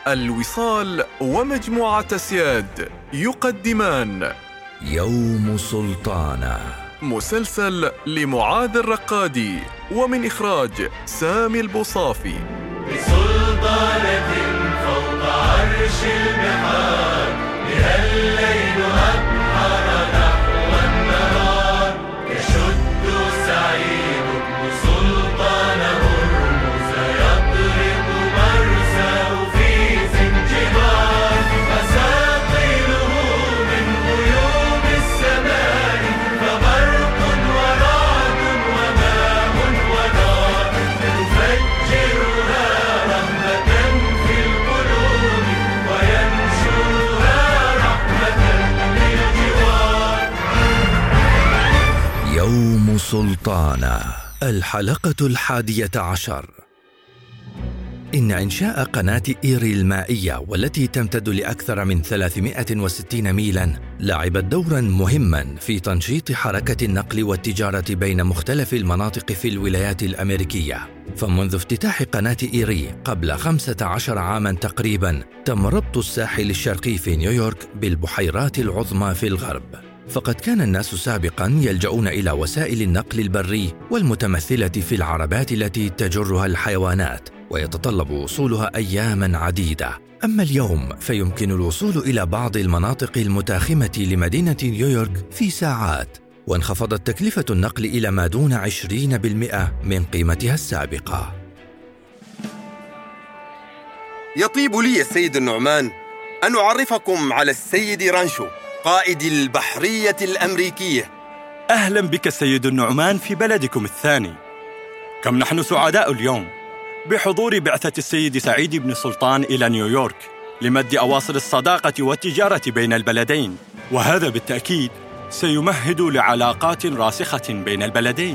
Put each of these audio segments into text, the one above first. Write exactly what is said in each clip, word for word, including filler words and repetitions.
الوصال ومجموعة سياد يقدمان يوم سلطانة، مسلسل لمعاذ الرقادي، ومن إخراج سامي البوصافي. بسلطانة فوق عرش البحار، بها الليل أبحر نحو النهار، يشد سعيد بن سلطان هرمز، يضرب مرساه في زنجبار، أساطيله من غيوم السماء، فبرق ورعد وماء ونار، يفجرها رهبة في القلوب، وينشرها رحمة للجوار. يوم سلطانة، الحلقة الحادية عشر. إن إنشاء قناة إيري المائية والتي تمتد لأكثر من ثلاثمائة وستين ميلاً لعبت دوراً مهماً في تنشيط حركة النقل والتجارة بين مختلف المناطق في الولايات الأمريكية. فمنذ افتتاح قناة إيري قبل خمسة عشر عاماً تقريباً، تم ربط الساحل الشرقي في نيويورك بالبحيرات العظمى في الغرب. فقد كان الناس سابقاً يلجؤون إلى وسائل النقل البري والمتمثلة في العربات التي تجرها الحيوانات، ويتطلب وصولها أياماً عديدة. أما اليوم فيمكن الوصول إلى بعض المناطق المتاخمة لمدينة نيويورك في ساعات، وانخفضت تكلفة النقل إلى ما دون عشرين بالمئة من قيمتها السابقة. يطيب لي السيد النعمان أن أعرفكم على السيد رانشو، قائد البحرية الأمريكية. أهلا بك السيد النعمان في بلدكم الثاني. كم نحن سعداء اليوم بحضور بعثة السيد سعيد بن سلطان إلى نيويورك لمد أواصر الصداقة والتجارة بين البلدين، وهذا بالتأكيد سيمهد لعلاقات راسخة بين البلدين.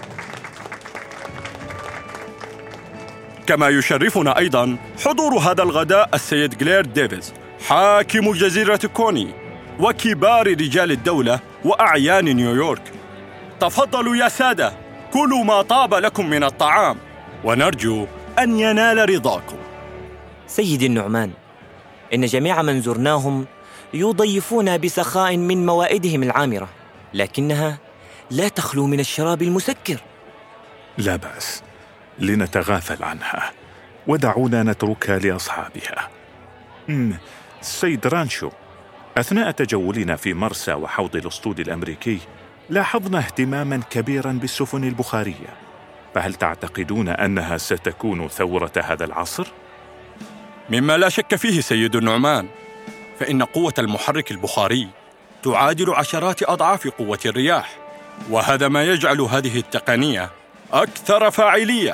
كما يشرفنا أيضاً حضور هذا الغداء السيد جلير ديفيز، حاكم جزيرة كوني وكبار رجال الدولة وأعيان نيويورك. تفضلوا يا سادة، كلوا ما طاب لكم من الطعام، ونرجو أن ينال رضاكم. سيدي النعمان، إن جميع من زرناهم يضيفون بسخاء من موائدهم العامرة، لكنها لا تخلو من الشراب المسكر. لا بأس، لنتغافل عنها ودعونا نتركها لأصحابها. سيد رانشو، أثناء تجولنا في مرسى وحوض الأسطول الأمريكي لاحظنا اهتماماً كبيراً بالسفن البخارية، فهل تعتقدون أنها ستكون ثورة هذا العصر؟ مما لا شك فيه سيد النعمان، فإن قوة المحرك البخاري تعادل عشرات أضعاف قوة الرياح، وهذا ما يجعل هذه التقنية أكثر فاعلية.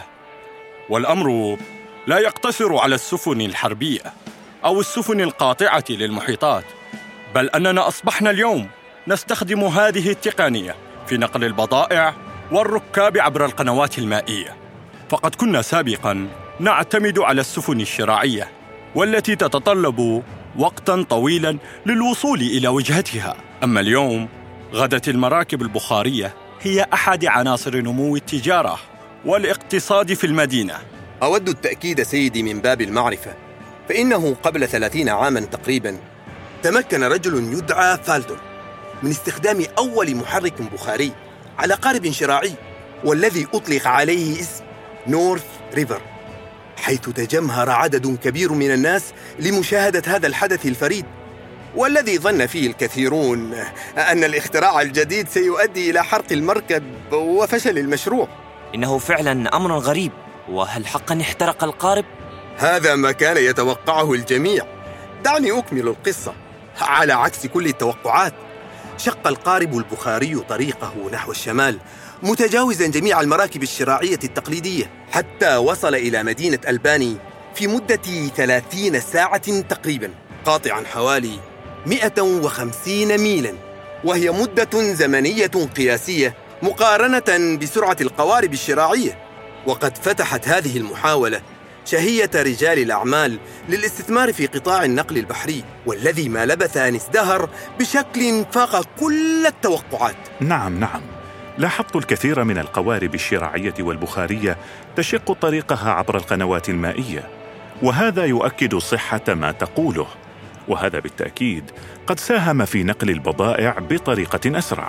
والأمر لا يقتصر على السفن الحربية أو السفن القاطعة للمحيطات، بل أننا أصبحنا اليوم نستخدم هذه التقنية في نقل البضائع والركاب عبر القنوات المائية. فقد كنا سابقاً نعتمد على السفن الشراعية والتي تتطلب وقتاً طويلاً للوصول إلى وجهتها، أما اليوم غدت المراكب البخارية هي أحد عناصر نمو التجارة والاقتصاد في المدينة. أود التأكيد سيدي من باب المعرفة، فإنه قبل ثلاثين عاماً تقريباً تمكن رجل يدعى فالدون من استخدام أول محرك بخاري على قارب شراعي، والذي أطلق عليه اسم نورث ريفر، حيث تجمهر عدد كبير من الناس لمشاهدة هذا الحدث الفريد، والذي ظن فيه الكثيرون أن الاختراع الجديد سيؤدي إلى حرق المركب وفشل المشروع. إنه فعلا أمر غريب، وهل حقا احترق القارب؟ هذا ما كان يتوقعه الجميع. دعني أكمل القصة. على عكس كل التوقعات، شق القارب البخاري طريقه نحو الشمال، متجاوزا جميع المراكب الشراعية التقليدية، حتى وصل إلى مدينة ألباني في مدة ثلاثين ساعة تقريبا، قاطعا حوالي مئة وخمسين ميلا، وهي مدة زمنية قياسية مقارنة بسرعة القوارب الشراعية. وقد فتحت هذه المحاولة شهية رجال الأعمال للاستثمار في قطاع النقل البحري، والذي ما لبث أن ازدهر بشكل فاق كل التوقعات. نعم نعم، لاحظت الكثير من القوارب الشراعية والبخارية تشق طريقها عبر القنوات المائية، وهذا يؤكد صحة ما تقوله، وهذا بالتأكيد قد ساهم في نقل البضائع بطريقة أسرع.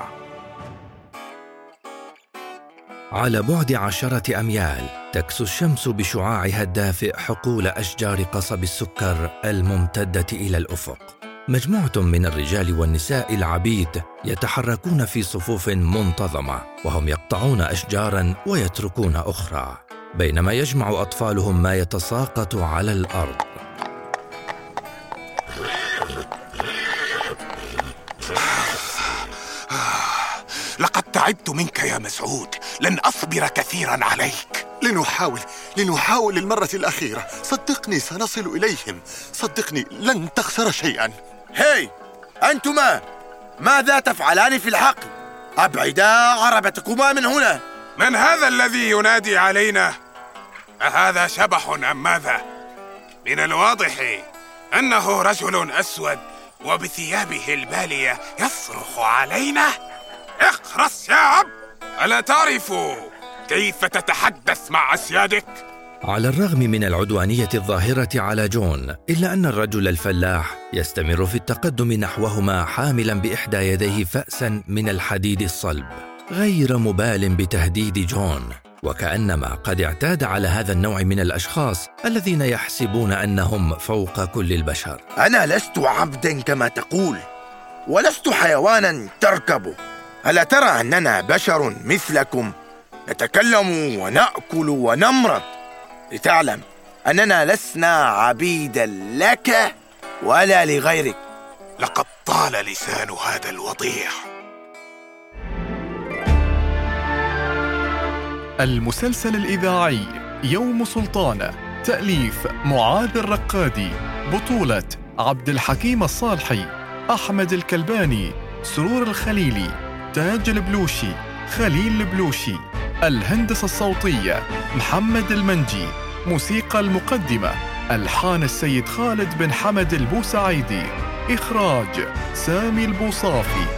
على بعد عشرة أميال تكسو الشمس بشعاعها الدافئ حقول أشجار قصب السكر الممتدة إلى الأفق. مجموعة من الرجال والنساء العبيد يتحركون في صفوف منتظمة، وهم يقطعون أشجاراً ويتركون أخرى، بينما يجمع أطفالهم ما يتساقط على الأرض. لقد تعبت منك يا مسعود، لن أصبر كثيراً عليك. لنحاول لنحاول للمرة الأخيرة، صدقني سنصل إليهم، صدقني لن تخسر شيئاً. هاي أنتما ماذا تفعلان في الحقل؟ أبعدا عربتكما من هنا. من هذا الذي ينادي علينا؟ أهذا شبح أم ماذا؟ من الواضح أنه رجل أسود وبثيابه البالية يصرخ علينا. اخرس يا عبد، ألا تعرف كيف تتحدث مع أسيادك؟ على الرغم من العدوانية الظاهرة على جون، إلا أن الرجل الفلاح يستمر في التقدم نحوهما حاملاً بإحدى يديه فأساً من الحديد الصلب، غير مبال بتهديد جون، وكأنما قد اعتاد على هذا النوع من الأشخاص الذين يحسبون أنهم فوق كل البشر. أنا لست عبداً كما تقول، ولست حيواناً تركبه. ألا ترى أننا بشر مثلكم، نتكلم ونأكل ونمرض، لتعلم أننا لسنا عبيداً لك ولا لغيرك. لقد طال لسان هذا الوضيع. المسلسل الإذاعي يوم سلطانة، تأليف معاذ الرقادي، بطولة عبد الحكيم الصالحي، أحمد الكلباني، سرور الخليلي، تاج البلوشي، خليل البلوشي. الهندسة الصوتية محمد المنجي. موسيقى المقدمة ألحان السيد خالد بن حمد البوسعيدي. إخراج سامي البوصافي.